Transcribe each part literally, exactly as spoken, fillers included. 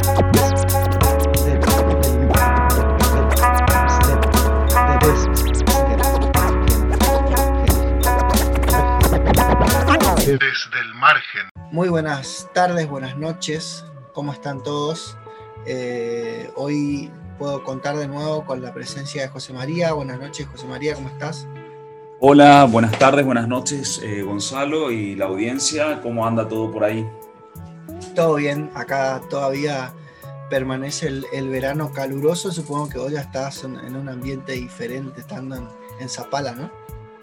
Desde el margen. Muy buenas tardes, buenas noches, ¿cómo están todos? Eh, hoy puedo contar de nuevo con la presencia de José María. Buenas noches, José María, ¿cómo estás? Hola, buenas tardes, buenas noches, eh, Gonzalo y la audiencia. ¿Cómo anda todo por ahí? Todo bien, acá todavía permanece el, el verano caluroso. Supongo que hoy ya estás en, en un ambiente diferente, estando en, en Zapala, ¿no?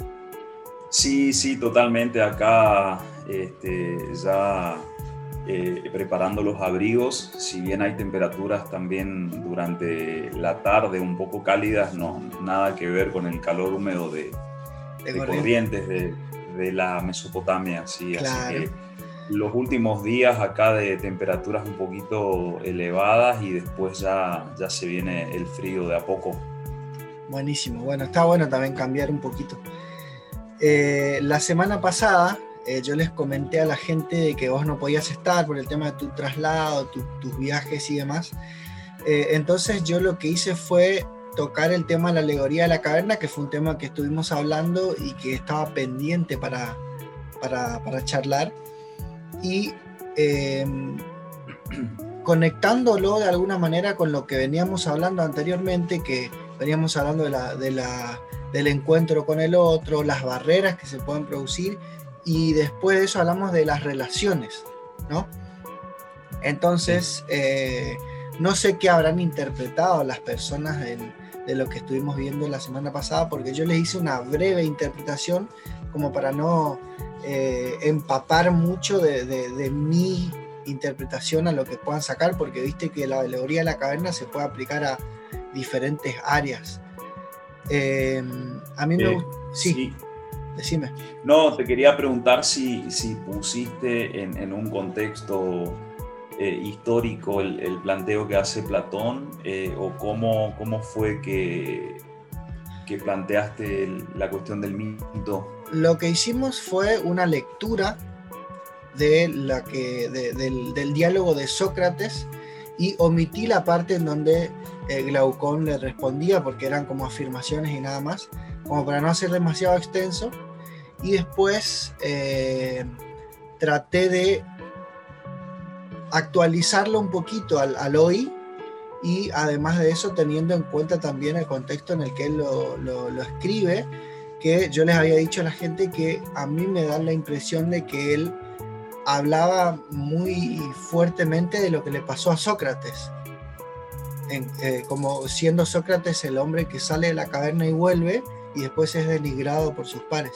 Sí, sí, totalmente. Acá este, ya eh, preparando los abrigos. Si bien hay temperaturas también durante la tarde un poco cálidas, no nada que ver con el calor húmedo de, de, de Corrientes, de, de la Mesopotamia. Sí, claro. Así que los últimos días acá de temperaturas un poquito elevadas y después ya, ya se viene el frío de a poco. Buenísimo. Bueno, está bueno también cambiar un poquito. Eh, la semana pasada eh, yo les comenté a la gente de que vos no podías estar por el tema de tu traslado, tu, tus viajes y demás. Eh, entonces yo lo que hice fue tocar el tema de la alegoría de la caverna, que fue un tema que estuvimos hablando y que estaba pendiente para, para, para charlar. Y eh, conectándolo de alguna manera con lo que veníamos hablando anteriormente, que veníamos hablando de la... De la del encuentro con el otro, las barreras que se pueden producir, y después de eso hablamos de las relaciones, ¿no? Entonces, eh, no sé qué habrán interpretado las personas en, de lo que estuvimos viendo la semana pasada, porque yo les hice una breve interpretación como para no eh, empapar mucho de, de, de mi interpretación a lo que puedan sacar, porque viste que la alegoría de la caverna se puede aplicar a diferentes áreas. Eh, a mí me eh, gusta. Sí, sí, decime. No, te quería preguntar si, si pusiste en, en un contexto eh, histórico el, el planteo que hace Platón, eh, o cómo, cómo fue que, que planteaste el, la cuestión del mito. Lo que hicimos fue una lectura de la que, de, del, del diálogo de Sócrates, y omití la parte en donde eh, Glaucón le respondía, porque eran como afirmaciones y nada más, como para no hacer demasiado extenso. Y después eh, traté de actualizarlo un poquito al, al hoy, y además de eso teniendo en cuenta también el contexto en el que él lo, lo, lo escribe, que yo les había dicho a la gente que a mí me da la impresión de que él hablaba muy fuertemente de lo que le pasó a Sócrates, en, eh, como siendo Sócrates el hombre que sale de la caverna y vuelve y después es denigrado por sus pares.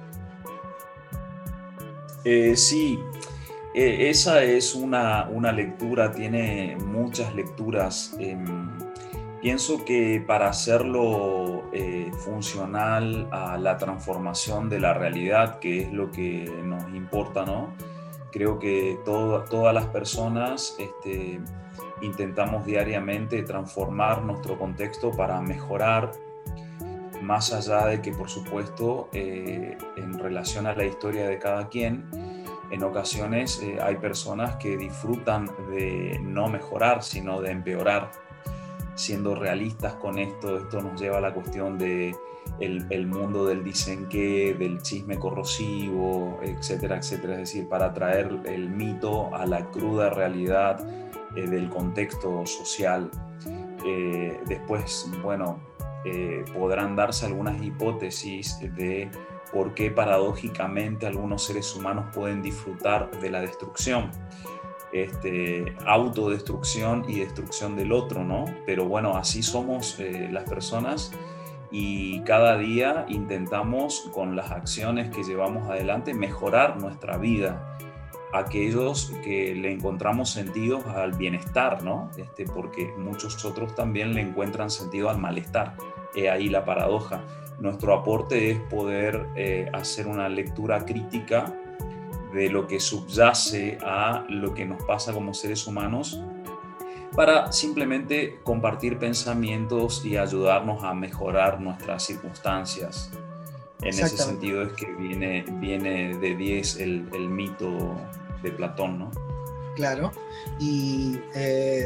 Eh, sí, eh, esa es una, una lectura, tiene muchas lecturas. Eh, pienso que para hacerlo eh, funcional a la transformación de la realidad, que es lo que nos importa, ¿no? Creo que todo, todas las personas este, intentamos diariamente transformar nuestro contexto para mejorar, más allá de que, por supuesto, eh, en relación a la historia de cada quien, en ocasiones eh, hay personas que disfrutan de no mejorar, sino de empeorar. Siendo realistas con esto, esto nos lleva a la cuestión de El, el mundo del dicen qué, del chisme corrosivo, etcétera, etcétera. Es decir, para traer el mito a la cruda realidad eh, del contexto social. Eh, después, bueno, eh, podrán darse algunas hipótesis de por qué paradójicamente algunos seres humanos pueden disfrutar de la destrucción. Este, autodestrucción y destrucción del otro, ¿no? Pero bueno, así somos eh, las personas. Y cada día intentamos, con las acciones que llevamos adelante, mejorar nuestra vida. Aquellos que le encontramos sentido al bienestar, ¿no? Este, porque muchos otros también le encuentran sentido al malestar. He ahí la paradoja. Nuestro aporte es poder eh, hacer una lectura crítica de lo que subyace a lo que nos pasa como seres humanos, para simplemente compartir pensamientos y ayudarnos a mejorar nuestras circunstancias. En ese sentido es que viene, viene de diez el, el mito de Platón, ¿no? Claro, y eh,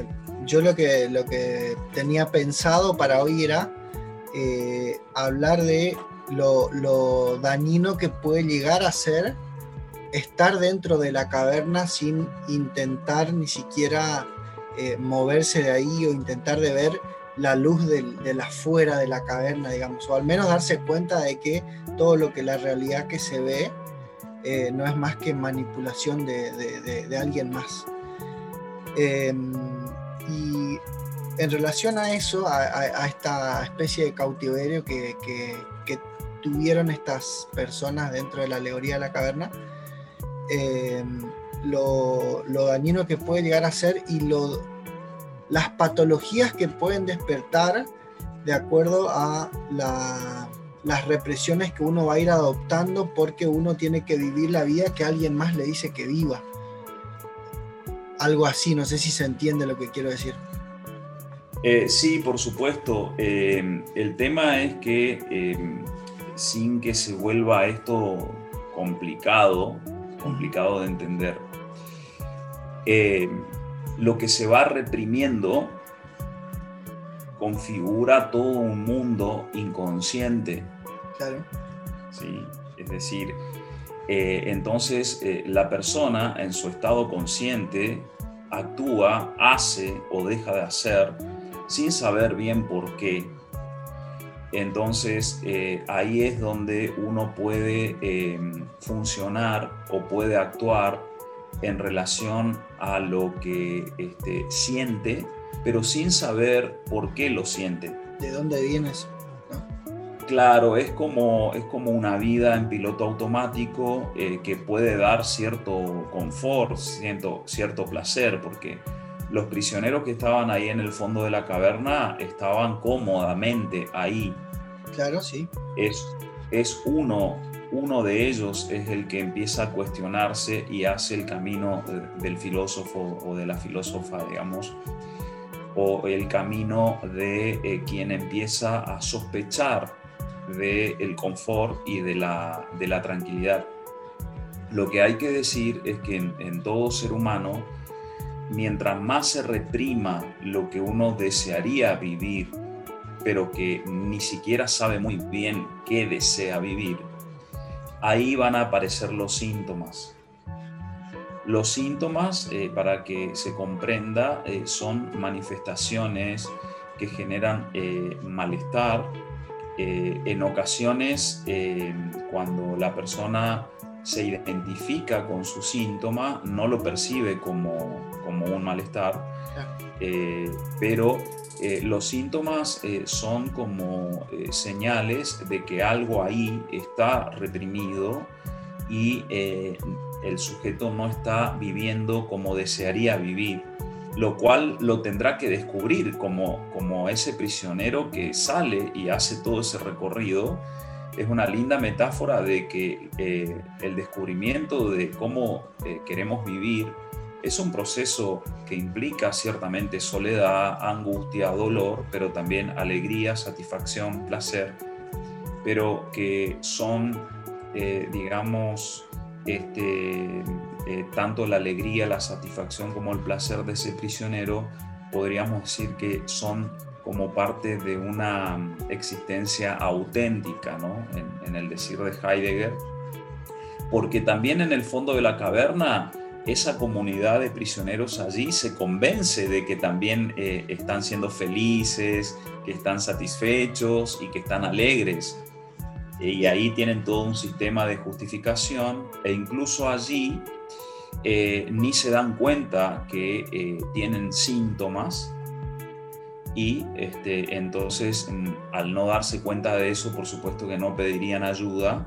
yo lo que, lo que tenía pensado para hoy era eh, hablar de lo, lo dañino que puede llegar a ser estar dentro de la caverna sin intentar ni siquiera eh, moverse de ahí o intentar de ver la luz del, de la afuera de la caverna, digamos, o al menos darse cuenta de que todo lo que la realidad que se ve eh, no es más que manipulación de, de, de, de alguien más. Eh, y en relación a eso, a, a, a esta especie de cautiverio que, que, que tuvieron estas personas dentro de la alegoría de la caverna, eh, lo, lo dañino que puede llegar a ser y lo, las patologías que pueden despertar de acuerdo a la, las represiones que uno va a ir adoptando porque uno tiene que vivir la vida que alguien más le dice que viva. Algo así, no sé si se entiende lo que quiero decir. Eh, sí, por supuesto. Eh, el tema es que eh, sin que se vuelva esto complicado, complicado de entender, eh, lo que se va reprimiendo configura todo un mundo inconsciente. Claro. ¿Sí? Es decir, eh, entonces eh, la persona en su estado consciente actúa, hace o deja de hacer sin saber bien por qué. Entonces eh, ahí es donde uno puede eh, funcionar o puede actuar en relación a lo que este, siente, pero sin saber por qué lo siente. ¿De dónde vienes? ¿No? Claro, es como, es como una vida en piloto automático eh, que puede dar cierto confort, cierto, cierto placer, porque los prisioneros que estaban ahí en el fondo de la caverna estaban cómodamente ahí. Claro, sí. Es, es uno, uno de ellos es el que empieza a cuestionarse y hace el camino del filósofo o de la filósofa, digamos, o el camino de eh, quien empieza a sospechar del confort y de la, de la tranquilidad. Lo que hay que decir es que en, en todo ser humano, mientras más se reprima lo que uno desearía vivir, pero que ni siquiera sabe muy bien qué desea vivir, ahí van a aparecer los síntomas. Los síntomas, eh, para que se comprenda, eh, son manifestaciones que generan eh, malestar. Eh, en ocasiones, eh, cuando la persona se identifica con su síntoma, no lo percibe como, como un malestar, eh, pero eh, los síntomas eh, son como eh, señales de que algo ahí está reprimido y eh, el sujeto no está viviendo como desearía vivir, lo cual lo tendrá que descubrir como, como ese prisionero que sale y hace todo ese recorrido. Es una linda metáfora de que eh, el descubrimiento de cómo eh, queremos vivir es un proceso que implica ciertamente soledad, angustia, dolor, pero también alegría, satisfacción, placer, pero que son, eh, digamos, este, eh, tanto la alegría, la satisfacción como el placer de ese prisionero, podríamos decir que son como parte de una existencia auténtica, ¿no? En, en el decir de Heidegger, porque también en el fondo de la caverna, esa comunidad de prisioneros allí se convence de que también eh, están siendo felices, que están satisfechos y que están alegres. Y ahí tienen todo un sistema de justificación e incluso allí eh, ni se dan cuenta que eh, tienen síntomas y este, entonces al no darse cuenta de eso, por supuesto que no pedirían ayuda.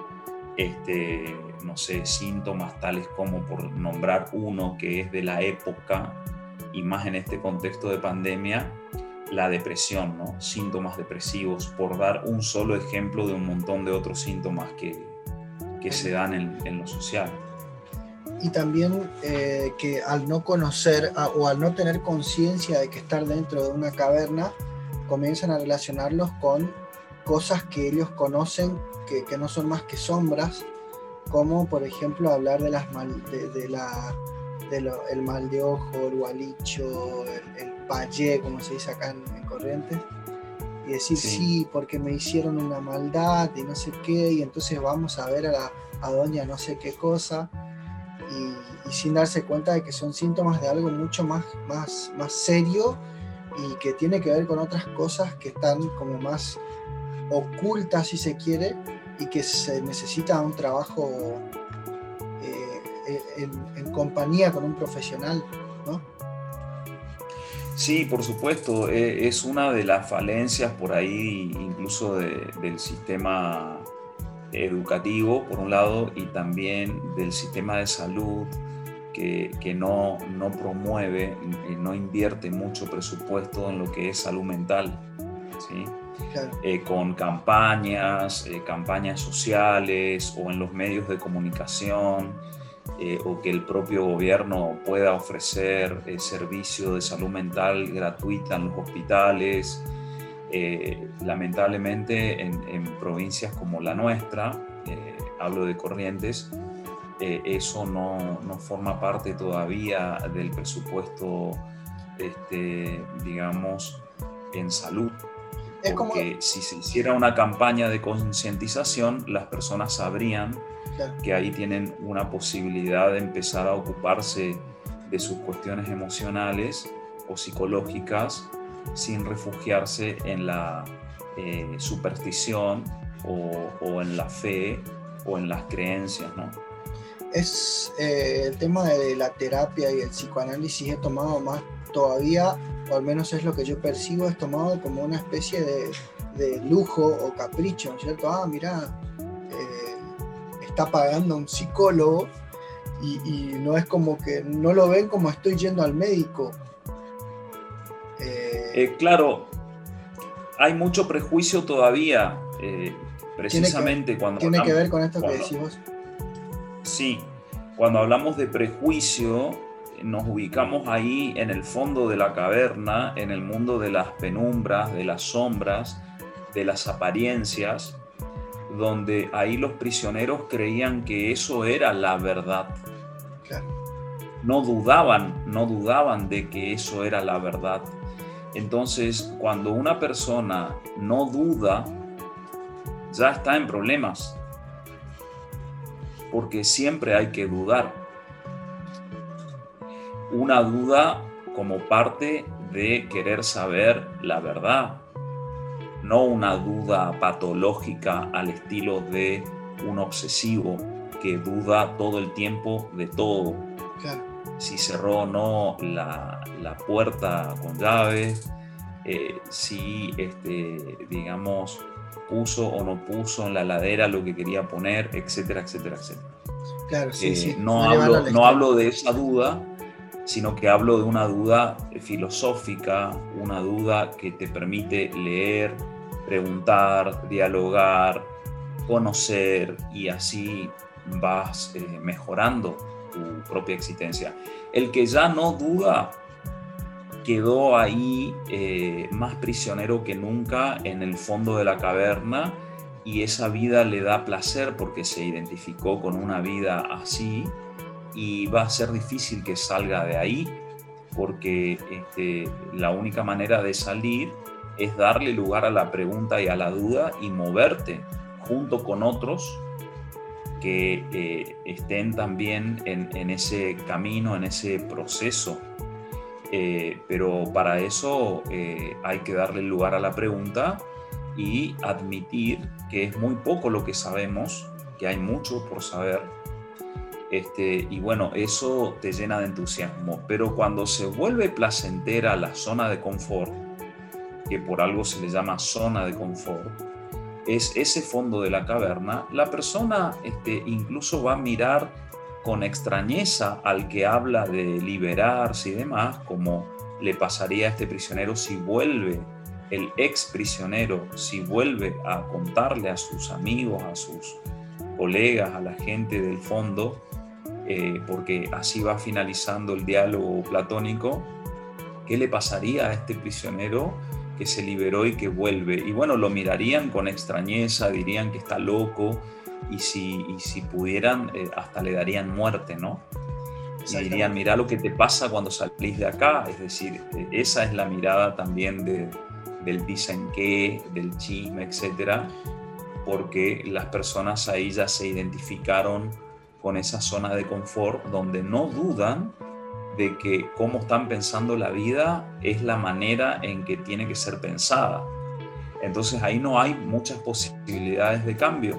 Este, no sé, síntomas tales como, por nombrar uno que es de la época y más en este contexto de pandemia, la depresión, ¿no? Síntomas depresivos, por dar un solo ejemplo de un montón de otros síntomas que, que se dan en, en lo social. Y también eh, que al no conocer a, o al no tener conciencia de que estar dentro de una caverna, comienzan a relacionarlos con cosas que ellos conocen que, que no son más que sombras, como por ejemplo hablar de, las mal, de, de, la, de lo, el mal de ojo, el gualicho, el, el payé, como se dice acá en, en Corrientes, y decir sí. sí, porque me hicieron una maldad y no sé qué, y entonces vamos a ver a, la, a doña no sé qué cosa, y, y sin darse cuenta de que son síntomas de algo mucho más, más, más serio y que tiene que ver con otras cosas que están como más ocultas, si se quiere, y que se necesita un trabajo eh, en, en compañía con un profesional, ¿no? Sí, por supuesto, eh, es una de las falencias por ahí, incluso de, del sistema educativo, por un lado, y también del sistema de salud, que, que no, no promueve, no invierte mucho presupuesto en lo que es salud mental, ¿sí? Claro. Eh, con campañas, eh, campañas sociales o en los medios de comunicación, eh, o que el propio gobierno pueda ofrecer eh, servicio de salud mental gratuita en los hospitales. Eh, lamentablemente en, en provincias como la nuestra, eh, hablo de Corrientes, eh, eso no, no forma parte todavía del presupuesto, este, digamos, en salud. Es Porque como... si se hiciera una campaña de concientización, las personas sabrían claro. que ahí tienen una posibilidad de empezar a ocuparse de sus cuestiones emocionales o psicológicas sin refugiarse en la eh, superstición o, o en la fe o en las creencias, ¿no? Es eh, el tema de la terapia y el psicoanálisis he tomado más todavía, o al menos es lo que yo percibo, es tomado como una especie de, de lujo o capricho, ¿cierto? Ah, mirá, eh, está pagando un psicólogo y, y no es como que, no lo ven como estoy yendo al médico. Eh, eh, claro, hay mucho prejuicio todavía, eh, precisamente tiene que, cuando... Tiene hablamos, que ver con esto cuando, que decís vos. Sí, cuando hablamos de prejuicio, nos ubicamos ahí en el fondo de la caverna, en el mundo de las penumbras, de las sombras, de las apariencias, donde ahí los prisioneros creían que eso era la verdad. Claro. No dudaban, no dudaban de que eso era la verdad. Entonces, cuando una persona no duda, ya está en problemas, porque siempre hay que dudar. Una duda como parte de querer saber la verdad, no una duda patológica al estilo de un obsesivo que duda todo el tiempo de todo. Claro. Si cerró o no la, la puerta con llave, eh, si, este, digamos, puso o no puso en la heladera lo que quería poner, etcétera, etcétera, etcétera. Claro, sí, eh, sí. No, hablo, no hablo de esa duda, sino que hablo de una duda filosófica, una duda que te permite leer, preguntar, dialogar, conocer, y así vas eh, mejorando tu propia existencia. El que ya no duda quedó ahí eh, más prisionero que nunca en el fondo de la caverna, y esa vida le da placer porque se identificó con una vida así, y va a ser difícil que salga de ahí, porque este, la única manera de salir es darle lugar a la pregunta y a la duda y moverte junto con otros que eh, estén también en, en ese camino, en ese proceso. Eh, pero para eso eh, hay que darle lugar a la pregunta y admitir que es muy poco lo que sabemos, que hay mucho por saber. Este, y bueno, eso te llena de entusiasmo, pero cuando se vuelve placentera la zona de confort, que por algo se le llama zona de confort, es ese fondo de la caverna, la persona este, incluso va a mirar con extrañeza al que habla de liberarse y demás, como le pasaría a este prisionero si vuelve, el ex prisionero, si vuelve a contarle a sus amigos, a sus colegas, a la gente del fondo, eh, porque así va finalizando el diálogo platónico, ¿qué le pasaría a este prisionero que se liberó y que vuelve? Y bueno, lo mirarían con extrañeza, dirían que está loco, y si, y si pudieran, eh, hasta le darían muerte, ¿no? y dirían, mirá lo que te pasa cuando salís de acá. Es decir, esa es la mirada también de, del dicen qué, del chisme, etcétera, porque las personas ahí ya se identificaron con esa zona de confort donde no dudan de que cómo están pensando la vida es la manera en que tiene que ser pensada. Entonces ahí no hay muchas posibilidades de cambio.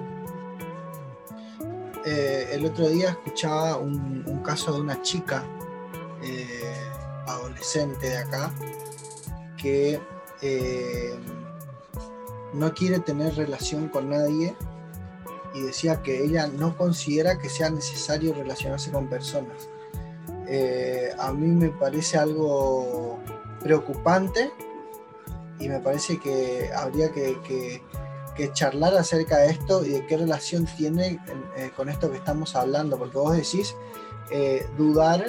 Eh, el otro día escuchaba un, un caso de una chica eh, adolescente de acá que eh, no quiere tener relación con nadie y decía que ella no considera que sea necesario relacionarse con personas. Eh, a mí me parece algo preocupante y me parece que habría que, que, que charlar acerca de esto y de qué relación tiene eh, con esto que estamos hablando, porque vos decís eh, dudar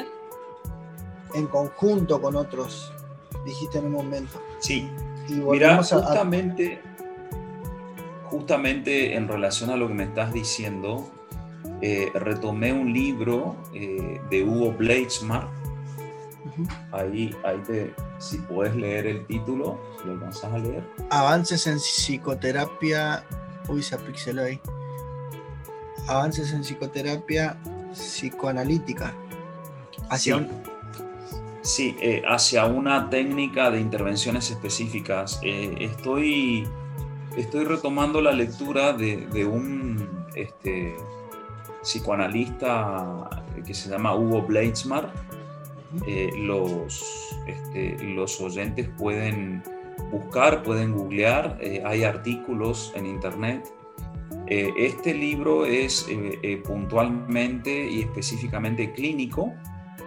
en conjunto con otros, dijiste en un momento. Sí, y mira, justamente, a... justamente en relación a lo que me estás diciendo, eh, retomé un libro eh, de Hugo Bleichmar. Uh-huh. Ahí, ahí te, si puedes leer el título, si lo alcanzas a leer. Avances en psicoterapia. Uy, se apixeló ahí. Avances en psicoterapia psicoanalítica. Hacia sí. un... Sí, eh, hacia una técnica de intervenciones específicas. Eh, estoy, estoy retomando la lectura de, de un este, psicoanalista que se llama Hugo Bleichmar. Eh, los, este, los oyentes pueden buscar, pueden googlear, eh, hay artículos en internet. Eh, este libro es eh, eh, puntualmente y específicamente clínico.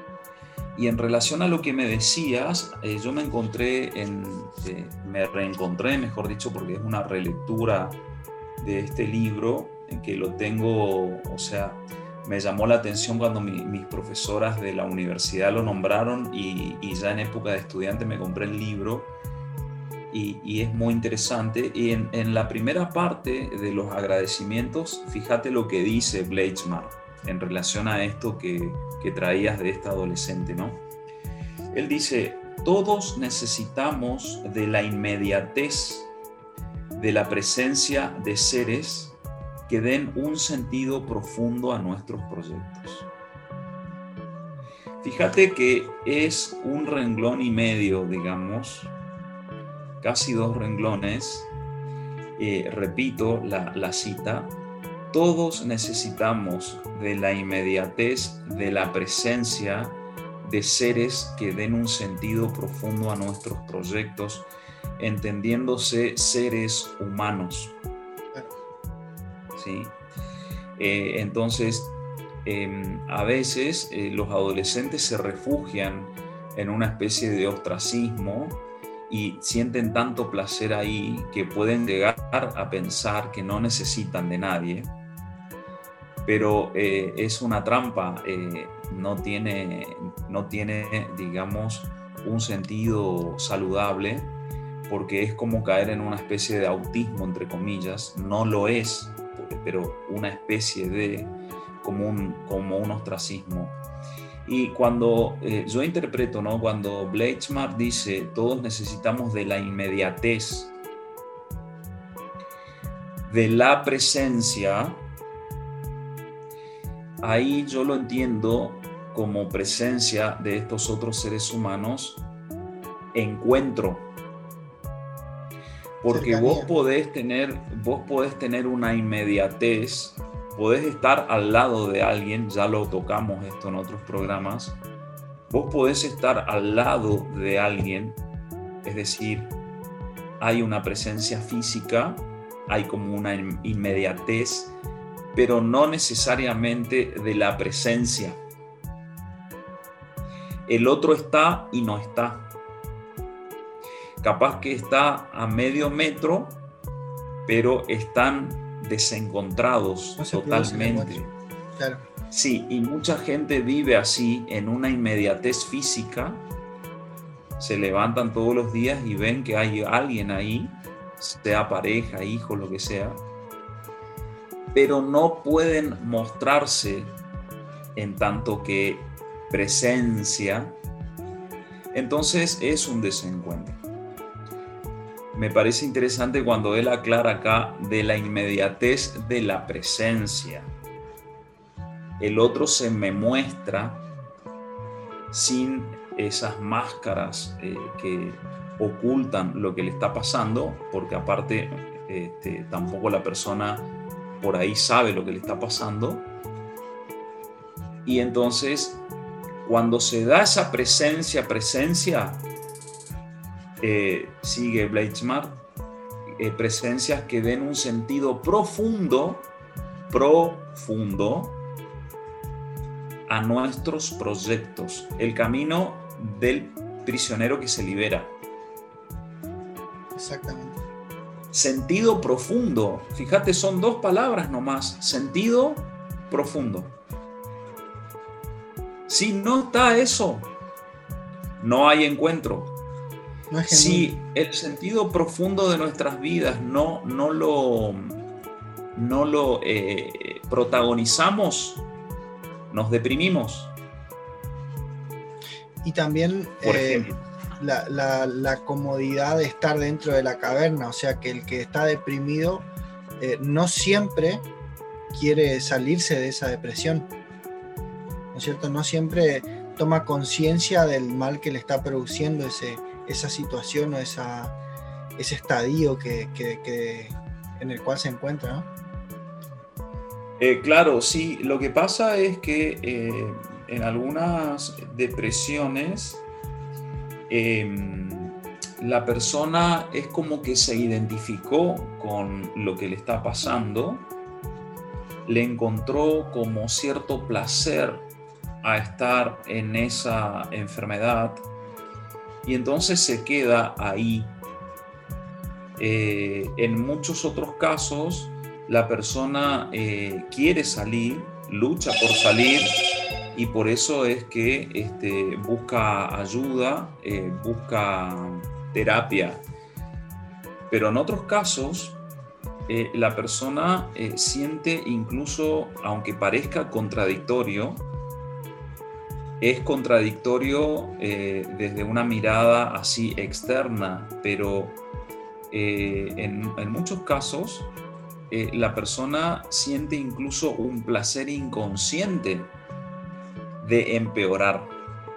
Y en relación a lo que me decías, eh, yo me encontré, en, eh, me reencontré, mejor dicho, porque es una relectura de este libro, en que lo tengo, o sea, me llamó la atención cuando mi, mis profesoras de la universidad lo nombraron y, y ya en época de estudiante me compré el libro y, y es muy interesante. Y en, en la primera parte de los agradecimientos, fíjate lo que dice Bleichmar en relación a esto que, que traías de esta adolescente, ¿no? Él dice, todos necesitamos de la inmediatez de la presencia de seres que den un sentido profundo a nuestros proyectos. Fíjate que es un renglón y medio, digamos, casi dos renglones. Eh, repito la, la cita. Todos necesitamos de la inmediatez de la presencia de seres que den un sentido profundo a nuestros proyectos, entendiéndose seres humanos. ¿Sí? Eh, entonces, eh, a veces eh, los adolescentes se refugian en una especie de ostracismo y sienten tanto placer ahí que pueden llegar a pensar que no necesitan de nadie, pero eh, es una trampa, eh, no tiene, no tiene, digamos, un sentido saludable, porque es como caer en una especie de autismo, entre comillas. No lo es, pero una especie de, como un, como un ostracismo. Y cuando eh, yo interpreto, ¿no? Cuando Bleichmar dice, todos necesitamos de la inmediatez, de la presencia, ahí yo lo entiendo como presencia de estos otros seres humanos, encuentro. Porque cercanía. vos podés tener, vos podés tener una inmediatez, podés estar al lado de alguien, ya lo tocamos esto en otros programas, vos podés estar al lado de alguien, es decir, hay una presencia física, hay como una inmediatez, pero no necesariamente de la presencia. El otro está y no está. Capaz que está a medio metro, pero están desencontrados no totalmente. Claro. Sí, y mucha gente vive así, en una inmediatez física. Se levantan todos los días y ven que hay alguien ahí, sea pareja, hijo, lo que sea, pero no pueden mostrarse en tanto que presencia, entonces es un desencuentro. Me parece interesante cuando él aclara acá de la inmediatez de la presencia. El otro se me muestra sin esas máscaras eh, que ocultan lo que le está pasando, porque aparte este, tampoco la persona por ahí sabe lo que le está pasando. Y entonces, cuando se da esa presencia, presencia, eh, sigue Bleichmar, eh, presencias que den un sentido profundo, profundo, a nuestros proyectos, el camino del prisionero que se libera. Exactamente. Sentido profundo, fíjate, son dos palabras nomás, sentido profundo. Si no está eso, no hay encuentro. No es si el sentido profundo de nuestras vidas no, no lo, no lo eh, protagonizamos, nos deprimimos. Y también eh, la, la, la comodidad de estar dentro de la caverna, o sea que el que está deprimido eh, no siempre quiere salirse de esa depresión, ¿no es cierto? No siempre toma conciencia del mal que le está produciendo ese, esa situación o esa, ese estadio que, que, que, en el cual se encuentra, ¿no? Eh, claro, sí. Lo que pasa es que eh, en algunas depresiones eh, la persona es como que se identificó con lo que le está pasando, le encontró como cierto placer a estar en esa enfermedad y entonces se queda ahí. Eh, en muchos otros casos, la persona eh, quiere salir, lucha por salir y por eso es que este, busca ayuda, eh, busca terapia. Pero en otros casos, eh, la persona eh, siente incluso, aunque parezca contradictorio, es contradictorio eh, desde una mirada así externa, pero eh, en, en muchos casos, Eh, la persona siente incluso un placer inconsciente de empeorar.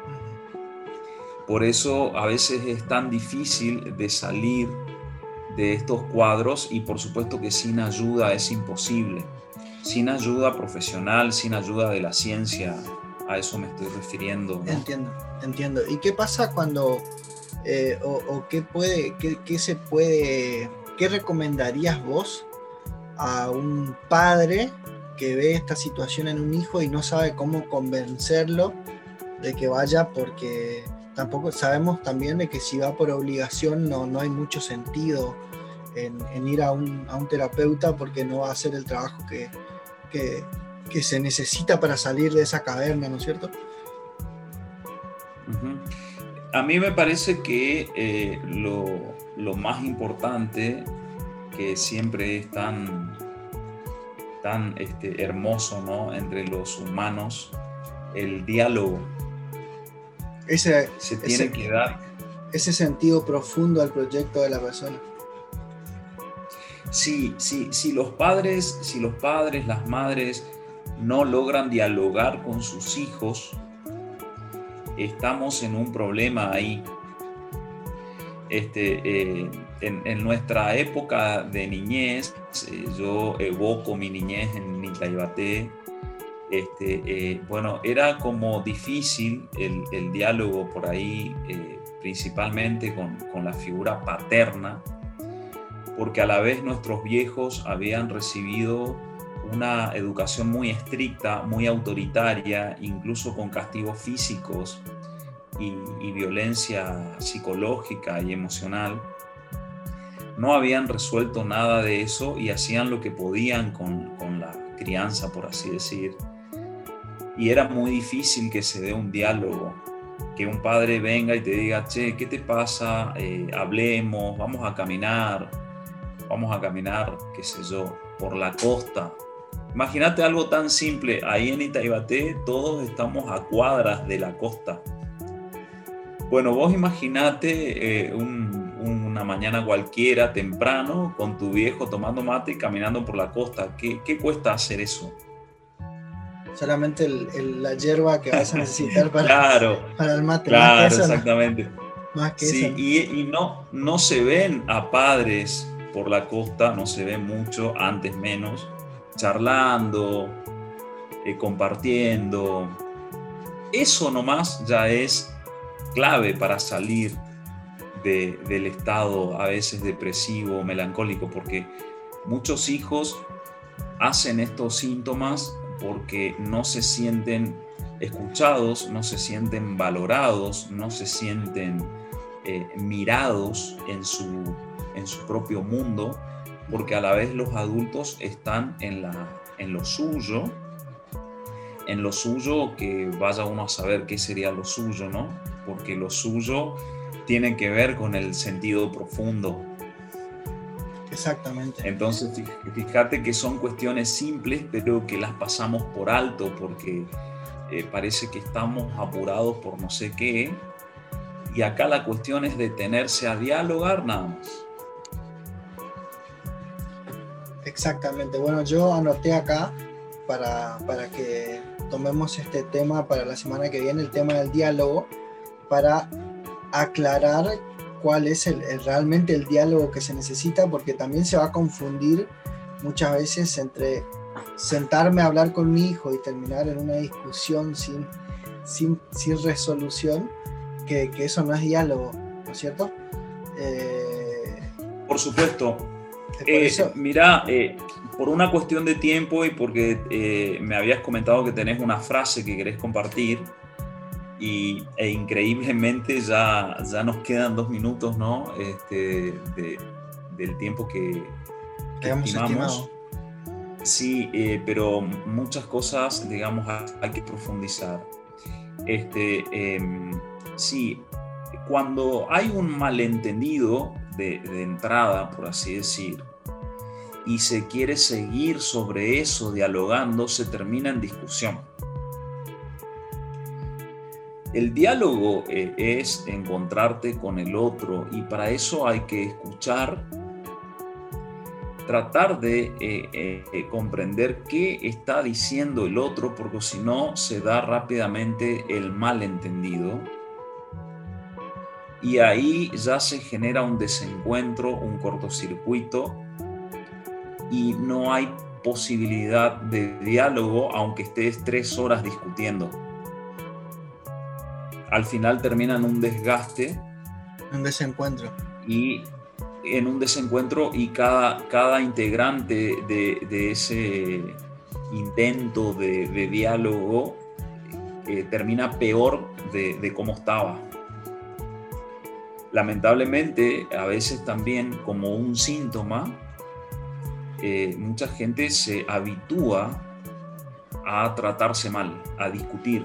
Por eso a veces es tan difícil de salir de estos cuadros y por supuesto que sin ayuda es imposible. Sin ayuda profesional, sin ayuda de la ciencia, a eso me estoy refiriendo, ¿no? Entiendo, entiendo. ¿Y qué pasa cuando, eh, o, o qué puede, qué, qué se puede, qué recomendarías vos a un padre que ve esta situación en un hijo y no sabe cómo convencerlo de que vaya, porque tampoco sabemos también de que si va por obligación no, no hay mucho sentido en, en ir a un, a un terapeuta, porque no va a hacer el trabajo que, que, que se necesita para salir de esa caverna, ¿no es cierto? Uh-huh. A mí me parece que eh, lo, lo más importante, que siempre es tan, tan este, hermoso, ¿no?, entre los humanos, el diálogo. Ese, se tiene ese, que dar. Ese sentido profundo al proyecto de la persona. Sí, sí, si los padres, si los padres, las madres no logran dialogar con sus hijos, estamos en un problema ahí. Este, eh, en, en nuestra época de niñez, eh, yo evoco mi niñez en Nitlaybaté, este, eh, bueno, era como difícil el, el diálogo por ahí, eh, principalmente con, con la figura paterna, porque a la vez nuestros viejos habían recibido una educación muy estricta, muy autoritaria, incluso con castigos físicos y, y violencia psicológica y emocional. No habían resuelto nada de eso y hacían lo que podían con, con la crianza, por así decir. Y era muy difícil que se dé un diálogo, que un padre venga y te diga, che, ¿qué te pasa? Eh, hablemos, vamos a caminar, vamos a caminar, qué sé yo, por la costa Imagínate algo tan simple, ahí en Itaibaté todos estamos a cuadras de la costa. Bueno, vos imaginate eh, un, una mañana cualquiera, temprano, con tu viejo tomando mate y caminando por la costa. ¿Qué, qué cuesta hacer eso? Solamente el, el, la hierba que vas a necesitar para, claro, para el mate. Claro, más que eso, exactamente. No. Más que sí, eso. Y, y no, no se ven a padres por la costa, no se ven mucho, antes menos, charlando, eh, compartiendo. Eso nomás ya es clave para salir de, del estado a veces depresivo, melancólico, porque muchos hijos hacen estos síntomas porque no se sienten escuchados, no se sienten valorados, no se sienten eh, mirados en su, en su propio mundo, porque a la vez los adultos están en, la, en lo suyo, en lo suyo que vaya uno a saber qué sería lo suyo, ¿no? Porque lo suyo tiene que ver con el sentido profundo. Exactamente. Entonces, fíjate que son cuestiones simples, pero que las pasamos por alto porque eh, parece que estamos apurados por no sé qué. Y acá la cuestión es detenerse a dialogar nada más. Exactamente. Bueno, yo anoté acá para, para que tomemos este tema para la semana que viene, el tema del diálogo, para aclarar cuál es el, el, realmente el diálogo que se necesita, porque también se va a confundir muchas veces entre sentarme a hablar con mi hijo y terminar en una discusión sin, sin, sin resolución, que, que eso no es diálogo, ¿no es cierto? Eh, por supuesto. Por eh, eso... Mira, eh, por una cuestión de tiempo y porque eh, me habías comentado que tenés una frase que querés compartir, Y, e increíblemente ya, ya nos quedan dos minutos, ¿no? Este, de, del tiempo que, que estimamos. Sí, eh, pero muchas cosas, digamos, hay que profundizar. Este, eh, sí, cuando hay un malentendido de, de entrada, por así decir, y se quiere seguir sobre eso dialogando, se termina en discusión. El diálogo eh, es encontrarte con el otro y para eso hay que escuchar, tratar de eh, eh, comprender qué está diciendo el otro, porque si no se da rápidamente el malentendido y ahí ya se genera un desencuentro, un cortocircuito y no hay posibilidad de diálogo aunque estés tres horas discutiendo. Al final termina en un desgaste. Un desencuentro. Y en un desencuentro y cada, cada integrante de, de ese intento de, de diálogo eh, termina peor de, de cómo estaba. Lamentablemente, a veces también como un síntoma, eh, mucha gente se habitúa a tratarse mal, a discutir,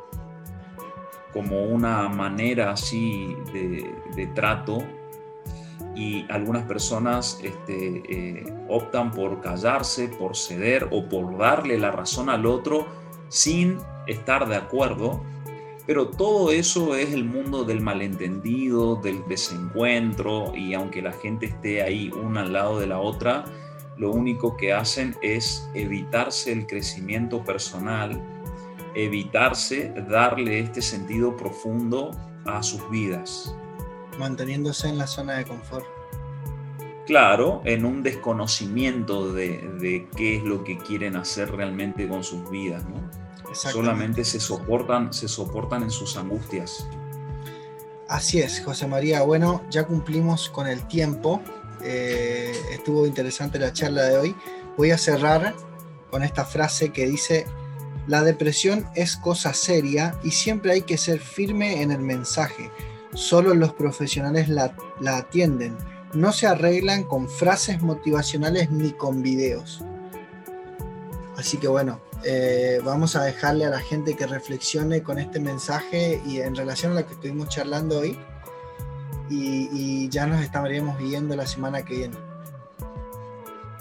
como una manera así de, de trato, y algunas personas este, eh, optan por callarse, por ceder o por darle la razón al otro sin estar de acuerdo, pero todo eso es el mundo del malentendido, del desencuentro, y aunque la gente esté ahí una al lado de la otra, lo único que hacen es evitarse el crecimiento personal, evitarse darle este sentido profundo a sus vidas. Manteniéndose en la zona de confort. Claro, en un desconocimiento de, de qué es lo que quieren hacer realmente con sus vidas, ¿no? Solamente se soportan, se soportan en sus angustias. Así es, José María. Bueno, ya cumplimos con el tiempo. Eh, estuvo interesante la charla de hoy. Voy a cerrar con esta frase que dice: la depresión es cosa seria y siempre hay que ser firme en el mensaje. Solo los profesionales la, la atienden. No se arreglan con frases motivacionales ni con videos. Así que bueno, eh, vamos a dejarle a la gente que reflexione con este mensaje y en relación a lo que estuvimos charlando hoy. Y, y ya nos estaremos viendo la semana que viene.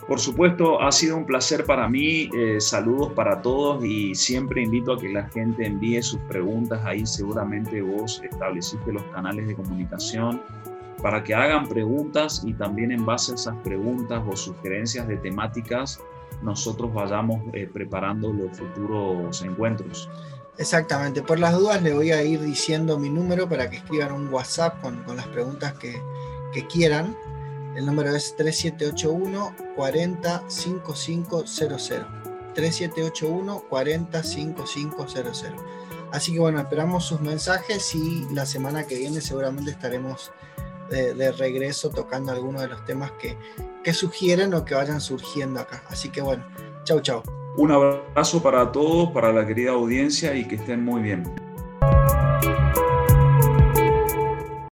Por supuesto, ha sido un placer para mí. Eh, saludos para todos y siempre invito a que la gente envíe sus preguntas. Ahí seguramente vos estableciste los canales de comunicación para que hagan preguntas y también en base a esas preguntas o sugerencias de temáticas nosotros vayamos eh, preparando los futuros encuentros. Exactamente. Por las dudas le voy a ir diciendo mi número para que escriban un WhatsApp con, con las preguntas que, que quieran. El número es tres siete ocho uno, cuatro cero, cinco cinco cero cero. tres siete ocho uno, cuatro cero, cinco cinco cero cero. Así que bueno, esperamos sus mensajes y la semana que viene seguramente estaremos de, de regreso tocando algunos de los temas que, que sugieren o que vayan surgiendo acá. Así que bueno, chau chau. Un abrazo para todos, para la querida audiencia y que estén muy bien.